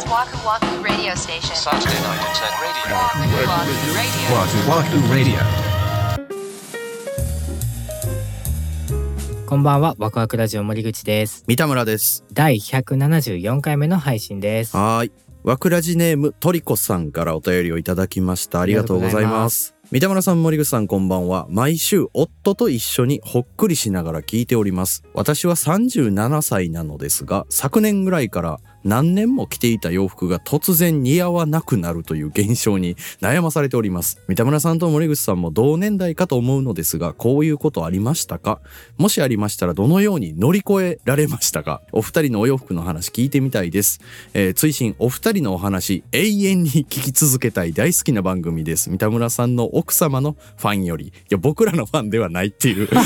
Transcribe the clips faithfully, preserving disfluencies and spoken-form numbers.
Waku Waku Radio Station. Saturday night at ten radio. Waku Waku Radio. Waku Waku Radio. こんばんは、ワクワクラジオ森口です。 三田村です。 だいひゃくななじゅうよんかいめの配信です。 はい。ワクラジネームトリコさんからお便りをいただきました。ありがとうございます。三田村さん、森口さん、こんばんは。毎週夫と一緒にほっくりしながら聞いております。私はさんじゅうななさいなのですが、昨年ぐらいから何年も着ていた洋服が突然似合わなくなるという現象に悩まされております。三田村さんと森口さんも同年代かと思うのですが、こういうことありましたか？もしありましたらどのように乗り越えられましたか？お二人のお洋服の話聞いてみたいです。えー、追伸お二人のお話永遠に聞き続けたい大好きな番組です。三田村さんの奥様のファンより、いや僕らのファンではないっていう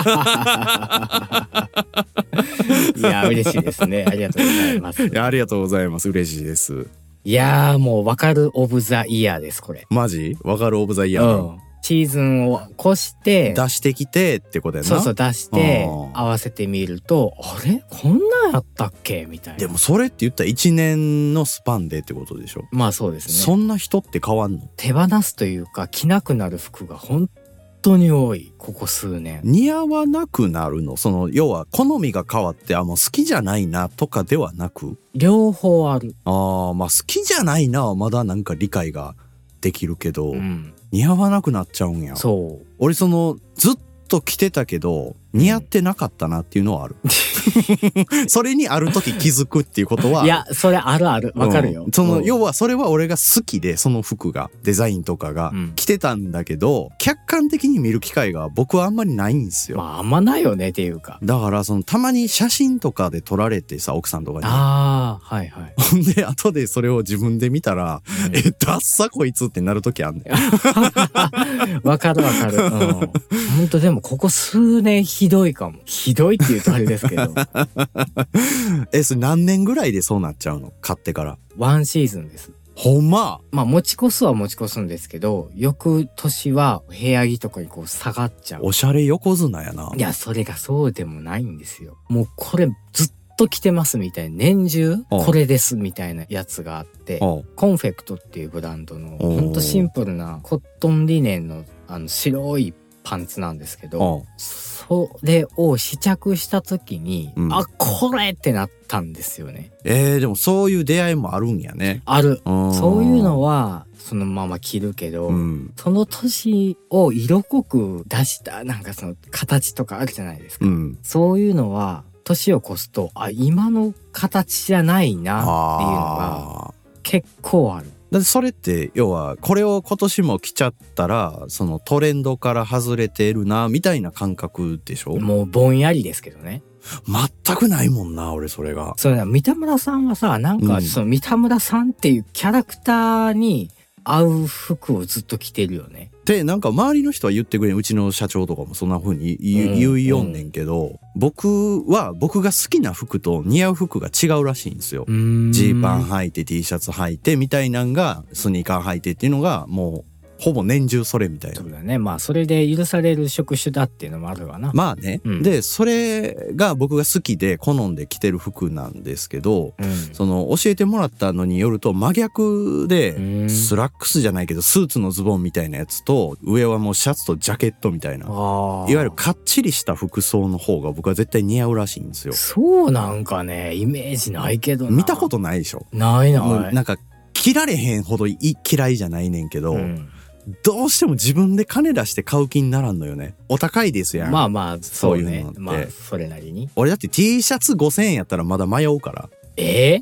いや嬉しいですね。ありがとうございます。 いやありがとうございます。嬉しいです。 いやーもう分かるオブザイヤーですこれ。 マジわかるオブザイヤー、 うん、シーズンを越して出してきてってことやな。 そうそう出して合わせてみると、あれこんなんやったっけみたいな。 でもそれって言ったらいちねんのスパンでってことでしょ。 まあそうですね。 そんな人って変わんの？ 手放すというか着なくなる服が本当に多いここ数年。 似合わなくなるの？その要は好みが変わってあもう好きじゃないなとかではなく、 両方ある。 ああまあ好きじゃないなはまだなんか理解ができるけど、 うん、 似合わなくなっちゃうんや。 そう。 俺そのずっと着てたけど似合ってなかったなっていうのはある、うん、それにある時気づくっていうことは、 いやそれあるあるわかるよ、 うん、その、 うん、 要はそれは俺が好きでその服がデザインとかが着てたんだけど、うん、客観的に見る機会が僕はあんまりないんですよ。 まああんまないよねっていうか、 だからそのたまに写真とかで撮られてさ奥さんとかに、 ああはいはい、 ほんで後でそれを自分で見たら、うん、えダッサこいつってなる時あんねんわかるわかる、うん、ほんとでもここ数年ひどいかも。ひどいって言うとあれですけどえそれ何年ぐらいでそうなっちゃうの？買ってからワンシーズンです。 ほんま？ まあ持ち越すは持ち越すんですけど、翌年は部屋着とかにこう下がっちゃう。 おしゃれ横綱やな。 いやそれがそうでもないんですよ。もうこれずっと着てますみたいな、年中これですみたいなやつがあって、コンフェクトっていうブランドのほんとシンプルなコットンリネンのあの白いパンツなんですけど、それを試着した時に、うん、あこれってなったんですよね。 えー、でもそういう出会いもあるんやね。 ある。そういうのはそのまま着るけど、うん、その年を色濃く出したなんかその形とかあるじゃないですか、うん、そういうのは年を越すとあ今の形じゃないなっていうのが結構ある。 だってそれって要はこれを今年も着ちゃったらそのトレンドから外れてるなみたいな感覚でしょ？ もうぼんやりですけどね。 全くないもんな俺それが。 それ三田村さんはさなんかその三田村さんっていうキャラクターに合う服をずっと着てるよね。 でなんか周りの人は言ってくれん、うちの社長とかもそんな風に言う、うん、言うよんねんけど、うん、僕は僕が好きな服と似合う服が違うらしいんですよ。ジーパン履いて T シャツ履いてみたいなんがスニーカー履いてっていうのがもうほぼ年中それみたいな。 そうだね。まあそれで許される職種だっていうのもあるわな。 まあね、うん、でそれが僕が好きで好んで着てる服なんですけど、うん、その教えてもらったのによると真逆でスラックスじゃないけどスーツのズボンみたいなやつと上はもうシャツとジャケットみたいな、いわゆるかっちりした服装の方が僕は絶対似合うらしいんですよ。 そうなんかねイメージないけどな。 見たことないでしょ？ ないない。 なんか着られへんほど嫌いじゃないねんけど、うんどうしても自分で金出して買う気にならんのよね。お高いですやん。 まあまあそうね。 そういうのってまあそれなりに。 俺だって T シャツごせんえんやったらまだ迷うから。 え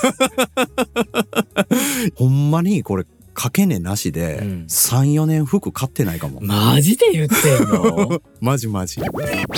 ー、ほんまにこれかけ値なしで、うん、さんよねん服買ってないかも。 マジで言ってんの？ マジマジ。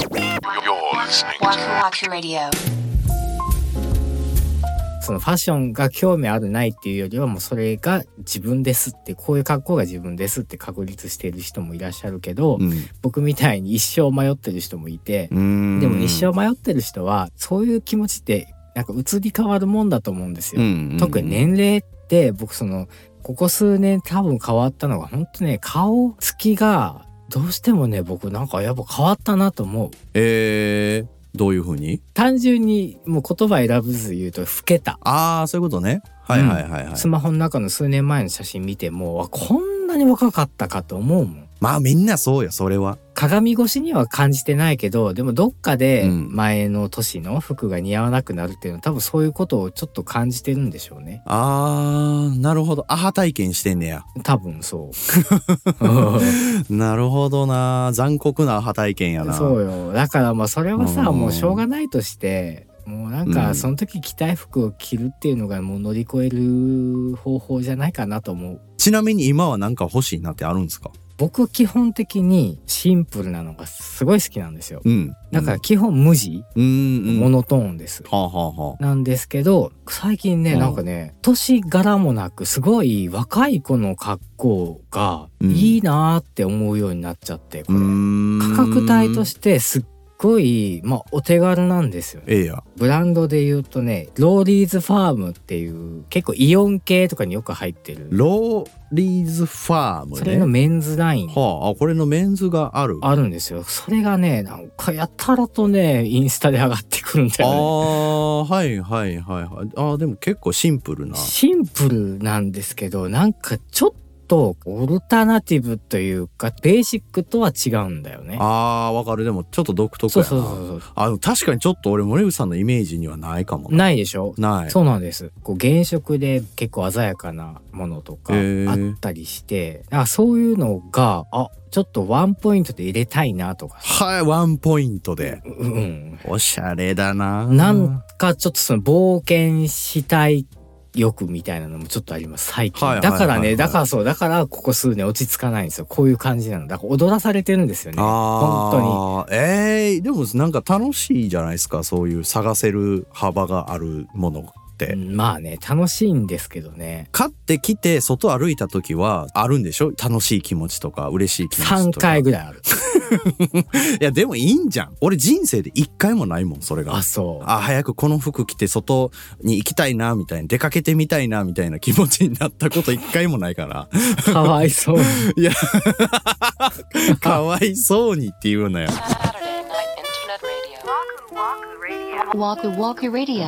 そのファッションが興味あるないっていうよりはもうそれが自分ですって、こういう格好が自分ですって確立している人もいらっしゃるけど、うん、僕みたいに一生迷ってる人もいて、でも一生迷ってる人はそういう気持ちってなんか移り変わるもんだと思うんですよ。特に年齢って僕そのここ数年多分変わったのが本当ね顔つきがどうしてもね僕なんかやっぱ変わったなと思う。 えーどういう風に？ 単純にもう言葉選ぶず言うと老けた。 ああ、そういうことね。はいはいはいはい、うん、 スマホの中の数年前の写真見てもこんなに若かったかと思うもん。 まあみんなそうよ、それは。 鏡越しには感じてないけど、でもどっかで前の年の服が似合わなくなるっていうのは多分そういうことをちょっと感じてるんでしょうね。 あー、なるほど。アハ体験してんねや。 多分そうなるほどな。残酷なアハ体験やな。 そうよ。だからまあそれはさ、もうしょうがないとしてもうなんかその時着たい服を着るっていうのがもう乗り越える方法じゃないかなと思う。 ちなみに今はなんか欲しいなってあるんですか？ 僕基本的にシンプルなのがすごい好きなんですよ、 うん、 だから基本無地、うん、モノトーンです、 はあはあはあ、 なんですけど最近ね、うん、なんかね年柄もなくすごい若い子の格好がいいなーって思うようになっちゃって、これ価格帯としてすっすごい、まあ、お手軽なんですよね。 ええや。 ブランドで言うとね、ローリーズファームっていう結構イオン系とかによく入ってる。 ローリーズファームね。 それのメンズライン。 はあ、あ、これのメンズがある。 あるんですよ。それがね、なんかやたらとね、インスタで上がってくるんだよね。 ああ、はいはいはいはい。ああ、でも結構シンプルな。 シンプルなんですけど、なんかちょっととオルタナティブというかベーシックとは違うんだよね。 あー、わかる。でもちょっと独特やな。 そうそうそうそう。 あ、確かにちょっと俺森口さんのイメージにはないかもな。 ないでしょ。 ない。 そうなんです。こう原色で結構鮮やかなものとかあったりして、なんかそういうのがあちょっとワンポイントで入れたいなとか。 はい、ワンポイントで。 うん。 おしゃれだな。 なんかちょっとその冒険したい欲みたいなのもちょっとあります最近、はいはいはいはい、だからねだからそうだからここ数年落ち着かないんですよ。こういう感じなのだから踊らされてるんですよね。本当に。 えー、でもなんか楽しいじゃないですか、そういう探せる幅があるものって、 うん、まあね楽しいんですけどね。 買ってきて外歩いた時はあるんでしょ、楽しい気持ちとか嬉しい気持ちとか。 さんかいぐらいあるいやでもいいんじゃん。俺人生でいっかいもないもんそれが。 あ、そう。 あ、早くこの服着て外に行きたいなみたいな、出かけてみたいなみたいな気持ちになったこといっかいもないからかわいそうに。 いやかわいそうにって言うなよ。 Waku Waku Radio。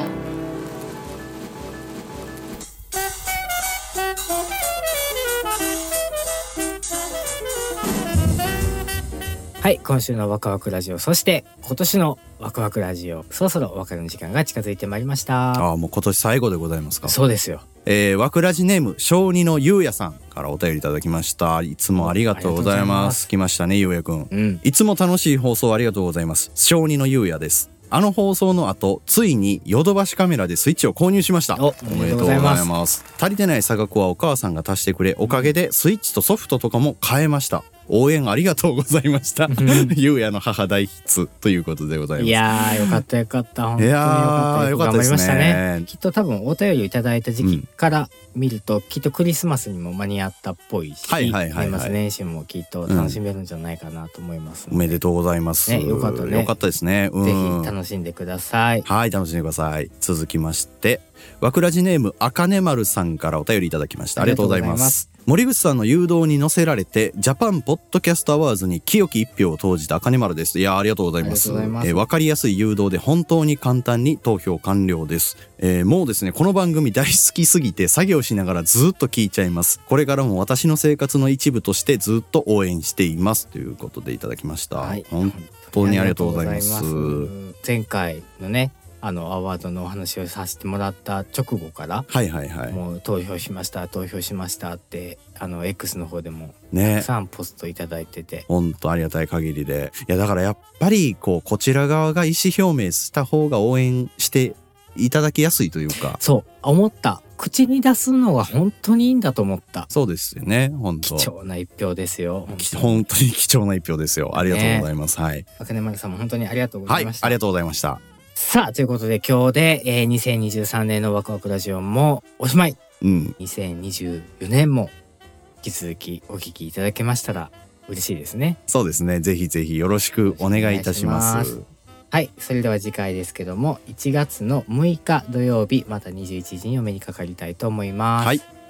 はい、今週のワクワクラジオ、そして今年のワクワクラジオ、そろそろお別れの時間が近づいてまいりました。 ああ、もう今年最後でございますか。 そうですよ。 えー、ワクラジネーム小児のゆうやさんからお便りいただきました。いつもありがとうございます。来ましたね、ゆうやくん、うん、いつも楽しい放送ありがとうございます。小児のゆうやです。あの放送の後、ついにヨドバシカメラでスイッチを購入しました。 お, おめでとうございます。足りてない差額はお母さんが足してくれ、おかげでスイッチとソフトとかも買えました。応援ありがとうございました。ゆうやの母代筆ということでございます。 いやーよかったよかった、本当によかった。よかったですね。頑張りましたね。きっと多分お便りをいただいた時期から見ると、うん、きっとクリスマスにも間に合ったっぽいし、はいはいはいはい、年末年始もきっと楽しめるんじゃないかなと思います、 うん、おめでとうございます、 ね、よかったね。 よかったですね、うん、 ぜひ楽しんでください。 はい、楽しんでください。続きましてわくらじネームあかねまるさんからお便りいただきました。ありがとうございます。森口さんの誘導に乗せられてジャパンポッドキャストアワーズに清き一票を投じたあかねまるです。いやありがとうございます。えー、分かりやすい誘導で本当に簡単に投票完了です。えー、もうですねこの番組大好きすぎて作業しながらずっと聞いちゃいます。これからも私の生活の一部としてずっと応援していますということでいただきました、はい、本当にありがとうございます。 前回のねあのアワードのお話をさせてもらった直後から、 はいはいはい、 もう投票しました投票しましたってあの X の方でもたくさんポストいただいてて、ね、 本当ありがたい限りで、いやだからやっぱりこうこちら側が意思表明した方が応援していただきやすいというか、 そう思った。口に出すのが本当にいいんだと思った。 そうですよね。本当貴重な一票ですよ。 本当に貴重な一票ですよ。ありがとうございます、ね、はい。 あかねまるさんも本当にありがとうございました。 はい、ありがとうございました。 さあということで今日で、えー、にせんにじゅうさんねんのワクワクラジオもおしまい、うん、にせんにじゅうよねんも引き続きお聞きいただけましたら嬉しいですね。 そうですね。ぜひぜひよろしくお願いいたします。 はい、それでは次回ですけどもいちがつのむいか土曜日またにじゅういちじにお目にかかりたいと思います。 はい、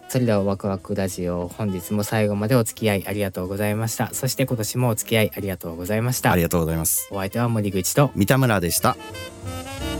それではワクワクラジオ、本日も最後までお付き合いありがとうございました。そして今年もお付き合いありがとうございました。 ありがとうございます。 お相手は森口と三田村でした。